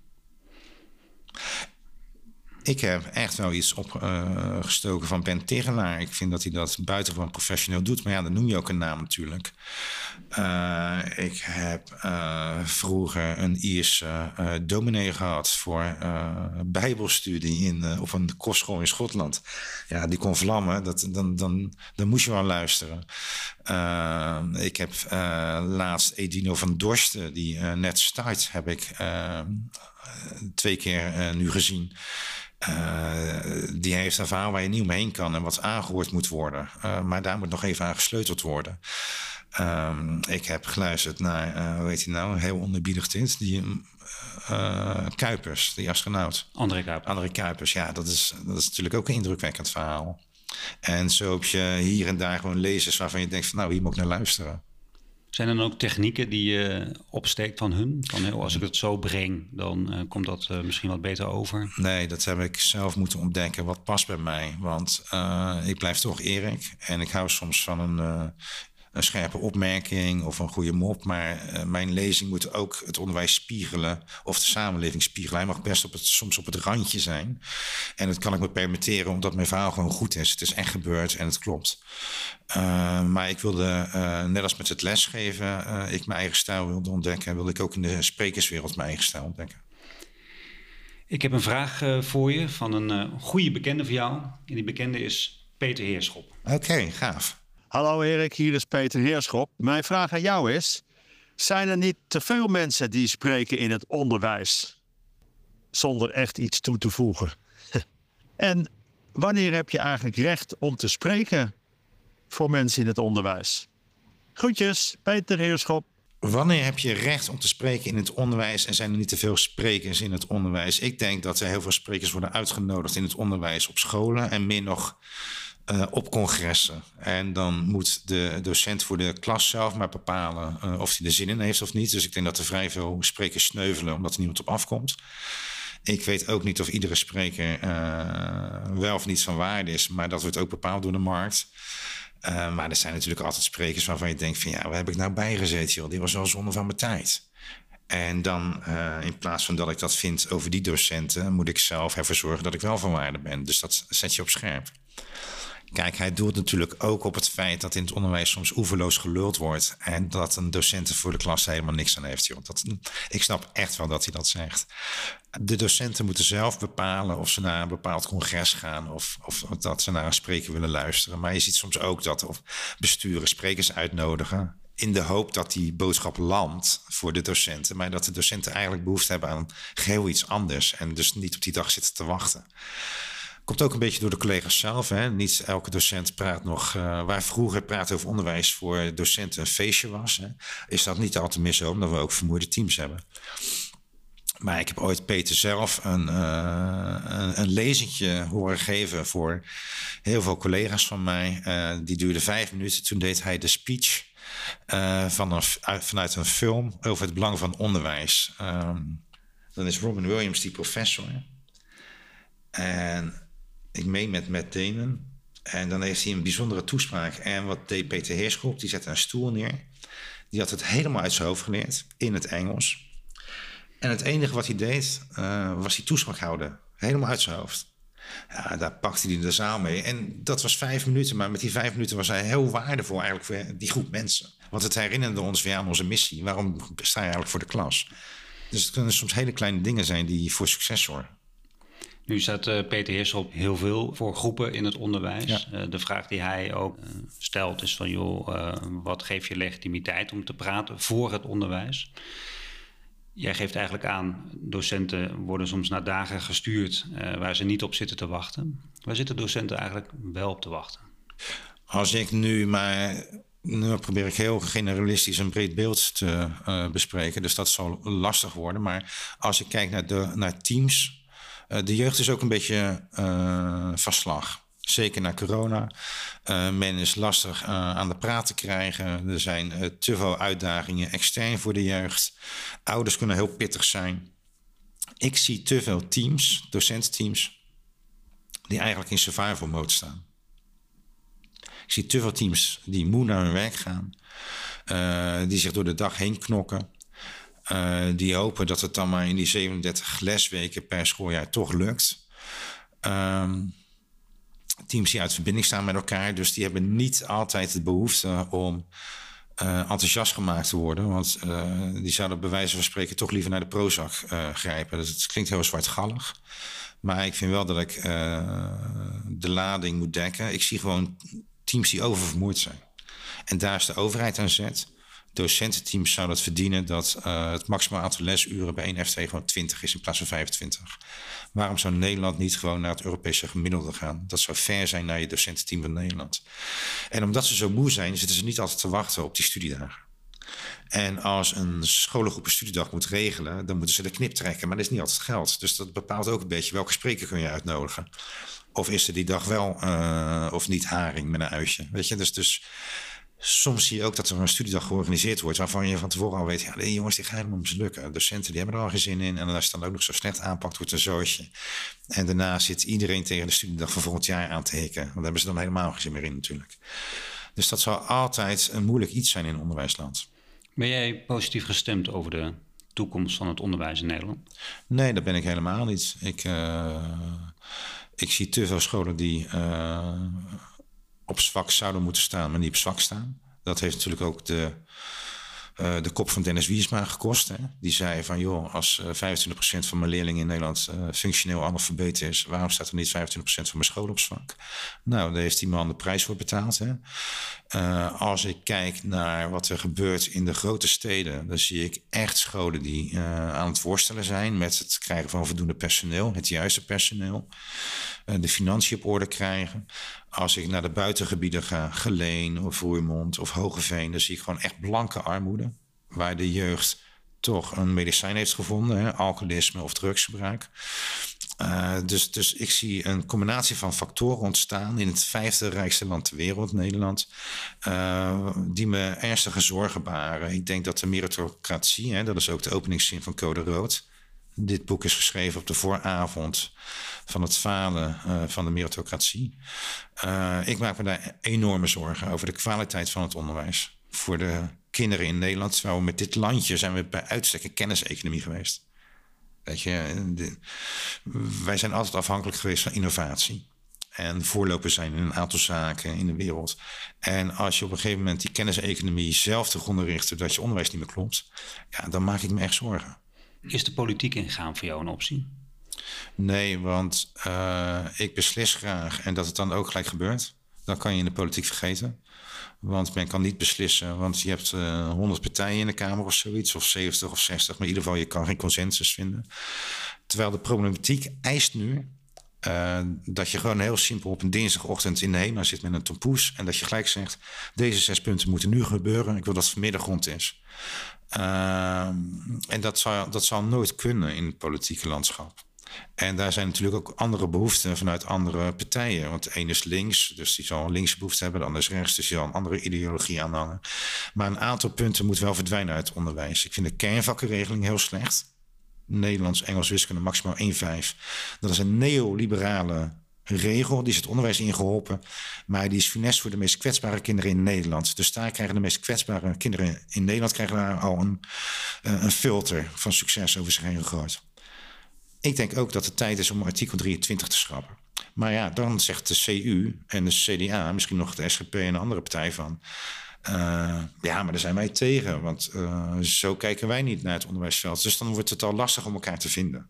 Ik heb echt wel iets opgestoken uh, van Ben Tegelaar. Ik vind dat hij dat buitengewoon professioneel doet. Maar ja, dan noem je ook een naam natuurlijk. Uh, ik heb uh, vroeger een Ierse uh, dominee gehad voor uh, bijbelstudie in, uh, op een kostschool in Schotland. Ja, die kon vlammen. Dat, dan, dan, dan moest je wel luisteren. Uh, ik heb uh, laatst Edino van Dorsten, die uh, net start, heb ik uh, twee keer uh, nu gezien. Uh, die heeft een verhaal waar je niet omheen kan en wat aangehoord moet worden. Uh, maar daar moet nog even aan gesleuteld worden. Um, ik heb geluisterd naar, uh, hoe heet hij nou, heel onerbiedig dit, die uh, Kuipers, die astronaut. André Kuipers. André Kuipers, ja, dat is, dat is natuurlijk ook een indrukwekkend verhaal. En zo heb je hier en daar gewoon lezers waarvan je denkt van, nou, hier moet ik naar luisteren. Zijn er dan ook technieken die je opsteekt van hun? Van, heel, als ik het zo breng, dan uh, komt dat uh, misschien wat beter over? Nee, dat heb ik zelf moeten ontdekken. Wat past bij mij? Want uh, ik blijf toch Erik. En ik hou soms van een, uh, een scherpe opmerking of een goede mop. Maar uh, mijn lezing moet ook het onderwijs spiegelen. Of de samenleving spiegelen. Hij mag best op het, soms op het randje zijn. En dat kan ik me permitteren omdat mijn verhaal gewoon goed is. Het is echt gebeurd en het klopt. Uh, maar ik wilde, uh, net als met het lesgeven, uh, ik mijn eigen stijl wilde ontdekken. Wilde ik ook in de sprekerswereld mijn eigen stijl ontdekken. Ik heb een vraag uh, voor je van een uh, goede bekende van jou. En die bekende is Peter Heerschop. Oké, okay, gaaf. Hallo Erik, hier is Peter Heerschop. Mijn vraag aan jou is, zijn er niet te veel mensen die spreken in het onderwijs? Zonder echt iets toe te voegen. En wanneer heb je eigenlijk recht om te spreken voor mensen in het onderwijs? Groetjes, Peter Heerschop. Wanneer heb je recht om te spreken in het onderwijs en zijn er niet te veel sprekers in het onderwijs? Ik denk dat er heel veel sprekers worden uitgenodigd in het onderwijs op scholen en meer nog uh, op congressen. En dan moet de docent voor de klas zelf maar bepalen uh, of hij er zin in heeft of niet. Dus ik denk dat er vrij veel sprekers sneuvelen omdat er niemand op afkomt. Ik weet ook niet of iedere spreker uh, wel of niet van waarde is, maar dat wordt ook bepaald door de markt. Uh, maar er zijn natuurlijk altijd sprekers waarvan je denkt van ja, waar heb ik nou bij gezeten, joh? Die was wel zonde van mijn tijd. En dan uh, in plaats van dat ik dat vind over die docenten, moet ik zelf ervoor zorgen dat ik wel van waarde ben. Dus dat zet je op scherp. Kijk, hij doelt natuurlijk ook op het feit dat in het onderwijs soms oeverloos geluld wordt. En dat een docent voor de klas helemaal niks aan heeft. Joh. Dat, ik snap echt wel dat hij dat zegt. De docenten moeten zelf bepalen of ze naar een bepaald congres gaan. Of, of dat ze naar een spreker willen luisteren. Maar je ziet soms ook dat of besturen sprekers uitnodigen. In de hoop dat die boodschap landt voor de docenten. Maar dat de docenten eigenlijk behoefte hebben aan geheel iets anders. En dus niet op die dag zitten te wachten. Komt ook een beetje door de collega's zelf. Hè? Niet elke docent praat nog... Uh, waar vroeger praten over onderwijs voor docenten een feestje was... Hè, is dat niet altijd meer zo, omdat we ook vermoeide teams hebben. Maar ik heb ooit Peter zelf een, uh, een, een lezingje horen geven... voor heel veel collega's van mij. Uh, die duurde vijf minuten. Toen deed hij de speech uh, van een, uit, vanuit een film... over het belang van onderwijs. Um, dan is Robin Williams die professor. En... ik meen met Matt Damon. En dan heeft hij een bijzondere toespraak. En wat deed Peter Heerschop? Die zette een stoel neer. Die had het helemaal uit zijn hoofd geleerd. In het Engels. En het enige wat hij deed, uh, was die toespraak houden. Helemaal uit zijn hoofd. Ja, daar pakte hij de zaal mee. En dat was vijf minuten. Maar met die vijf minuten was hij heel waardevol eigenlijk voor die groep mensen. Want het herinnerde ons weer aan onze missie. Waarom sta je eigenlijk voor de klas? Dus het kunnen soms hele kleine dingen zijn die voor succes zorgen. Nu staat uh, Peter Heerschop heel veel voor groepen in het onderwijs. Ja. Uh, de vraag die hij ook uh, stelt is van... joh, uh, wat geeft je legitimiteit om te praten voor het onderwijs? Jij geeft eigenlijk aan... docenten worden soms na dagen gestuurd... Uh, waar ze niet op zitten te wachten. Waar zitten docenten eigenlijk wel op te wachten? Als ik nu maar... Nu probeer ik heel generalistisch een breed beeld te uh, bespreken. Dus dat zal lastig worden. Maar als ik kijk naar, de, naar teams... Uh, de jeugd is ook een beetje uh, van slag. Zeker na corona. Uh, men is lastig uh, aan de praat te krijgen. Er zijn uh, te veel uitdagingen extern voor de jeugd. Ouders kunnen heel pittig zijn. Ik zie te veel teams, docententeams... die eigenlijk in survival mode staan. Ik zie te veel teams die moe naar hun werk gaan. Uh, die zich door de dag heen knokken. Uh, die hopen dat het dan maar in die zevenendertig lesweken per schooljaar toch lukt. Um, teams die uit verbinding staan met elkaar. Dus die hebben niet altijd de behoefte om uh, enthousiast gemaakt te worden. Want uh, die zouden bij wijze van spreken toch liever naar de Prozac uh, grijpen. Dus het klinkt heel zwartgallig. Maar ik vind wel dat ik uh, de lading moet dekken. Ik zie gewoon teams die oververmoeid zijn. En daar is de overheid aan zet. Docententeams zouden het verdienen dat uh, het maximaal aantal lesuren bij één F twee gewoon twintig is in plaats van vijfentwintig. Waarom zou Nederland niet gewoon naar het Europese gemiddelde gaan? Dat zou fair zijn naar je docententeam van Nederland. En omdat ze zo moe zijn, zitten ze niet altijd te wachten op die studiedagen. En als een scholengroep een studiedag moet regelen, dan moeten ze de knip trekken. Maar dat is niet altijd geld. Dus dat bepaalt ook een beetje welke spreker kun je uitnodigen. Of is er die dag wel uh, of niet haring met een uitje. Weet je, dus... dus soms zie je ook dat er een studiedag georganiseerd wordt... waarvan je van tevoren al weet... ja, die jongens die gaan helemaal mislukken. Docenten die hebben er al geen zin in. En als het dan ook nog zo slecht aanpakt, wordt een zootje. En daarna zit iedereen tegen de studiedag van volgend jaar aan te hikken. Want daar hebben ze dan helemaal geen zin meer in natuurlijk. Dus dat zal altijd een moeilijk iets zijn in het onderwijsland. Ben jij positief gestemd over de toekomst van het onderwijs in Nederland? Nee, dat ben ik helemaal niet. Ik, uh, ik zie te veel scholen die... Uh, op zwak zouden moeten staan, maar niet op zwak staan. Dat heeft natuurlijk ook de, uh, de kop van Dennis Wiersma gekost. Hè? Die zei van, joh, als uh, vijfentwintig procent van mijn leerlingen in Nederland uh, functioneel analfabeet is, waarom staat er niet vijfentwintig procent van mijn school op zwak? Nou, daar heeft die man de prijs voor betaald. Hè? Uh, als ik kijk naar wat er gebeurt in de grote steden, dan zie ik echt scholen die uh, aan het worstelen zijn met het krijgen van voldoende personeel, het juiste personeel, uh, de financiën op orde krijgen. Als ik naar de buitengebieden ga, Geleen of Roermond of Hogeveen, dan zie ik gewoon echt blanke armoede. Waar de jeugd toch een medicijn heeft gevonden, hè, alcoholisme of drugsgebruik. Uh, dus, dus ik zie een combinatie van factoren ontstaan in het vijfde rijkste land ter wereld, Nederland, uh, die me ernstige zorgen baren. Ik denk dat de meritocratie, hè, dat is ook de openingszin van Code Rood. Dit boek is geschreven op de vooravond van het falen uh, van de meritocratie. Uh, ik maak me daar enorme zorgen over de kwaliteit van het onderwijs. Voor de kinderen in Nederland, terwijl we met dit landje zijn we bij uitstek een kenniseconomie geweest. Weet je, de, wij zijn altijd afhankelijk geweest van innovatie. En voorlopers zijn in een aantal zaken in de wereld. En als je op een gegeven moment die kenniseconomie zelf te gronden richt, zodat je onderwijs niet meer klopt, ja, dan maak ik me echt zorgen. Is de politiek ingaan voor jou een optie? Nee, want uh, ik beslis graag en dat het dan ook gelijk gebeurt. Dan kan je in de politiek vergeten. Want men kan niet beslissen, want je hebt uh, honderd partijen in de Kamer of zoiets, of zeventig of zestig, maar in ieder geval je kan geen consensus vinden. Terwijl de problematiek eist nu Uh, dat je gewoon heel simpel op een dinsdagochtend in de HEMA zit met een tompoes. En dat je gelijk zegt, deze zes punten moeten nu gebeuren. Ik wil dat het vanmiddag rond is. Uh, en dat zal, dat zal nooit kunnen in het politieke landschap. En daar zijn natuurlijk ook andere behoeften vanuit andere partijen. Want de ene is links, dus die zal een linkse behoefte hebben. De andere is rechts, dus die zal een andere ideologie aanhangen. Maar een aantal punten moet wel verdwijnen uit het onderwijs. Ik vind de kernvakkenregeling heel slecht. Nederlands, Engels, wiskunde, maximaal één komma vijf. Dat is een neoliberale regel. Die is het onderwijs ingeholpen. Maar die is funest voor de meest kwetsbare kinderen in Nederland. Dus daar krijgen de meest kwetsbare kinderen in Nederland krijgen daar al een, een filter van succes over zich heen gegooid. Ik denk ook dat het tijd is om artikel drieëntwintig te schrappen. Maar ja, dan zegt de C U en de C D A, misschien nog de S G P en een andere partij van... Uh, ja, maar daar zijn wij tegen, want uh, zo kijken wij niet naar het onderwijsveld. Dus dan wordt het al lastig om elkaar te vinden.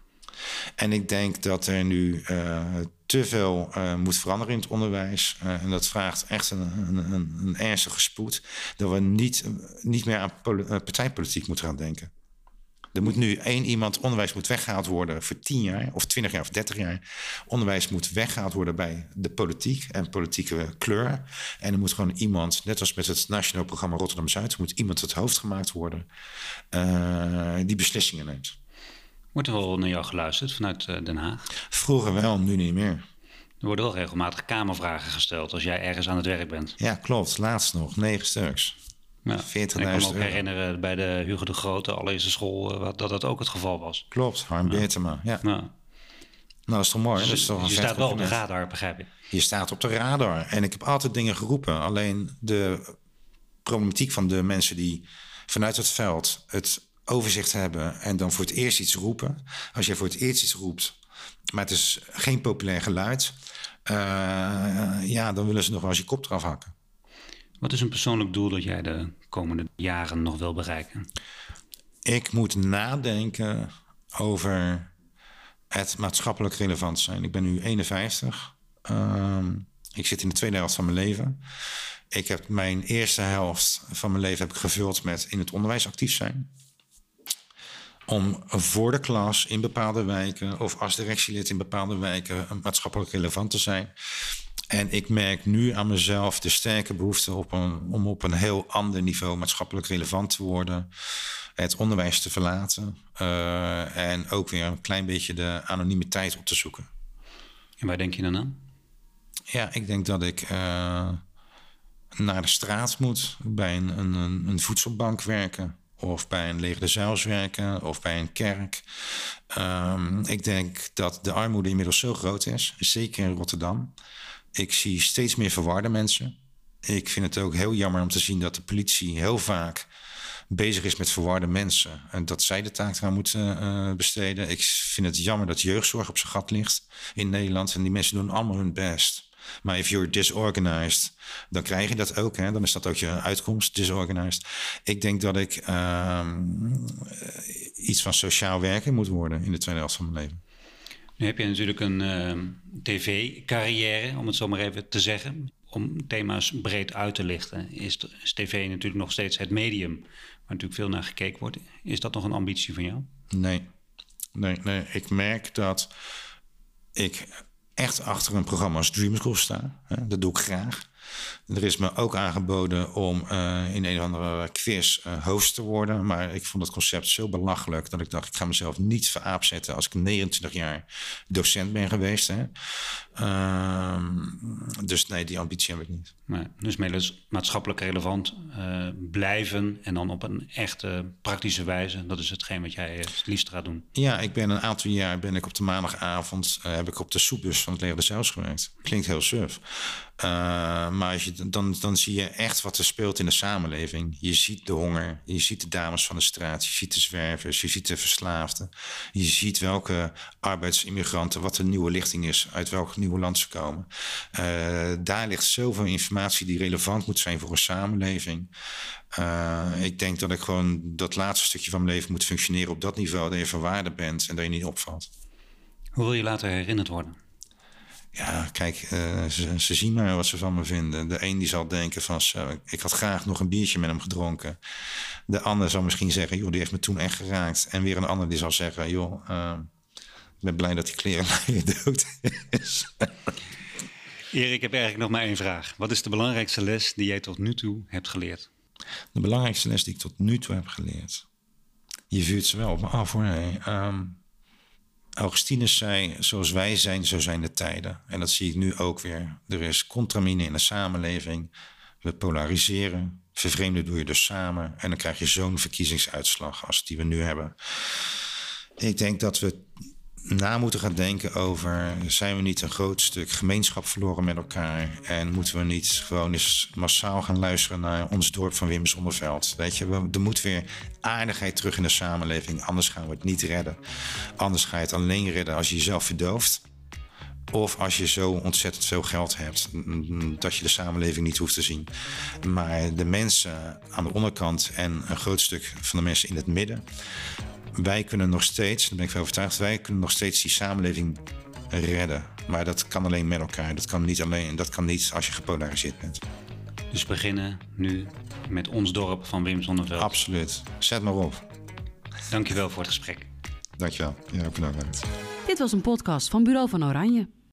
En ik denk dat er nu uh, te veel uh, moet veranderen in het onderwijs. Uh, en dat vraagt echt een, een, een, een ernstige spoed. Dat we niet, niet meer aan poli- partijpolitiek moeten gaan denken. Er moet nu één iemand, onderwijs moet weggehaald worden voor tien jaar of twintig jaar of dertig jaar. Onderwijs moet weggehaald worden bij de politiek en politieke kleur. En er moet gewoon iemand, net als met het Nationaal Programma Rotterdam-Zuid, moet iemand het hoofd gemaakt worden uh, die beslissingen neemt. Wordt er wel naar jou geluisterd vanuit uh, Den Haag? Vroeger wel, nu niet meer. Er worden wel regelmatig kamervragen gesteld als jij ergens aan het werk bent. Ja, klopt. Laatst nog, negen stuks. Ja, ik kan me ook herinneren bij de Hugo de Grote, allereerste school, dat dat ook het geval was. Klopt, Harm ja. Beertema, ja. ja. Nou, dat is toch mooi. Dus, dat is toch je staat wel op de radar, begrijp ik. Je staat op de radar. En ik heb altijd dingen geroepen. Alleen de problematiek van de mensen die vanuit het veld het overzicht hebben en dan voor het eerst iets roepen. Als je voor het eerst iets roept, maar het is geen populair geluid, uh, ja, dan willen ze nog wel eens je kop eraf hakken. Wat is een persoonlijk doel dat jij de komende jaren nog wil bereiken? Ik moet nadenken over het maatschappelijk relevant zijn. Ik ben nu eenenvijftig. Um, ik zit in de tweede helft van mijn leven. Ik heb mijn eerste helft van mijn leven heb ik gevuld met in het onderwijs actief zijn. Om voor de klas in bepaalde wijken of als directielid in bepaalde wijken maatschappelijk relevant te zijn. En ik merk nu aan mezelf de sterke behoefte op een, om op een heel ander niveau maatschappelijk relevant te worden. Het onderwijs te verlaten. Uh, en ook weer een klein beetje de anonimiteit op te zoeken. En waar denk je dan aan? Ja, ik denk dat ik uh, naar de straat moet. Bij een, een, een voedselbank werken. Of bij een Leger des Heils werken. Of bij een kerk. Um, ik denk dat de armoede inmiddels zo groot is. Zeker in Rotterdam. Ik zie steeds meer verwarde mensen. Ik vind het ook heel jammer om te zien dat de politie heel vaak bezig is met verwarde mensen. En dat zij de taak eraan moeten uh, besteden. Ik vind het jammer dat jeugdzorg op zijn gat ligt in Nederland. En die mensen doen allemaal hun best. Maar if you're disorganized, dan krijg je dat ook. Hè? Dan is dat ook je uitkomst, disorganized. Ik denk dat ik uh, iets van sociaal werken moet worden in de tweede helft van mijn leven. Nu heb je natuurlijk een uh, tv-carrière, om het zo maar even te zeggen. Om thema's breed uit te lichten is, is tv natuurlijk nog steeds het medium waar natuurlijk veel naar gekeken wordt. Is dat nog een ambitie van jou? Nee, nee, nee. Ik merk dat ik echt achter een programma als Dream School sta. Dat doe ik graag. Er is me ook aangeboden om uh, in een of andere quiz uh, host te worden. Maar ik vond het concept zo belachelijk dat ik dacht, ik ga mezelf niet veraap zetten als ik negenentwintig jaar docent ben geweest. Hè. Uh, dus nee, die ambitie heb ik niet. Maar, dus maatschappelijk relevant uh, blijven en dan op een echte praktische wijze. Dat is hetgeen wat jij het liefst gaat doen. Ja, ik ben een aantal jaar ben ik op de maandagavond uh, heb ik op de soepbus van het Leger des Heils gewerkt. Klinkt heel suf. Uh, maar als je, dan, dan zie je echt wat er speelt in de samenleving. Je ziet de honger, je ziet de dames van de straat, je ziet de zwervers, je ziet de verslaafden. Je ziet welke arbeidsimmigranten, wat de nieuwe lichting is, uit welk nieuwe land ze komen. Uh, daar ligt zoveel informatie die relevant moet zijn voor een samenleving. Uh, ik denk dat ik gewoon dat laatste stukje van mijn leven moet functioneren op dat niveau, dat je van waarde bent en dat je niet opvalt. Hoe wil je later herinnerd worden? Ja, kijk, uh, ze, ze zien maar wat ze van me vinden. De een die zal denken van, zo, ik had graag nog een biertje met hem gedronken. De ander zal misschien zeggen, joh, die heeft me toen echt geraakt. En weer een ander die zal zeggen, joh, uh, Ik ben blij dat die klerenleier dood is. Erik, ik heb eigenlijk nog maar één vraag. Wat is de belangrijkste les die jij tot nu toe hebt geleerd? De belangrijkste les die ik tot nu toe heb geleerd. Je vuurt ze wel op me af hoor. Nee. Um, Augustinus zei, zoals wij zijn, zo zijn de tijden. En dat zie ik nu ook weer. Er is contramine in de samenleving. We polariseren. Vervreemden doe je dus samen. En dan krijg je zo'n verkiezingsuitslag als die we nu hebben. Ik denk dat we na moeten gaan denken over, zijn we niet een groot stuk gemeenschap verloren met elkaar? En moeten we niet gewoon eens massaal gaan luisteren naar ons dorp van Wim Sonneveld? Weet je, we, er moet weer aardigheid terug in de samenleving. Anders gaan we het niet redden. Anders ga je het alleen redden als je jezelf verdooft. Of als je zo ontzettend veel geld hebt dat je de samenleving niet hoeft te zien. Maar de mensen aan de onderkant en een groot stuk van de mensen in het midden, wij kunnen nog steeds, daar ben ik van overtuigd, wij kunnen nog steeds die samenleving redden. Maar dat kan alleen met elkaar. Dat kan niet alleen. Dat kan niet als je gepolariseerd bent. Dus beginnen nu met ons dorp van Wim Sonneveld. Absoluut. Zet maar op. Dankjewel voor het gesprek. Dankjewel. Ja, ook bedankt. Dit was een podcast van Bureau van Oranje.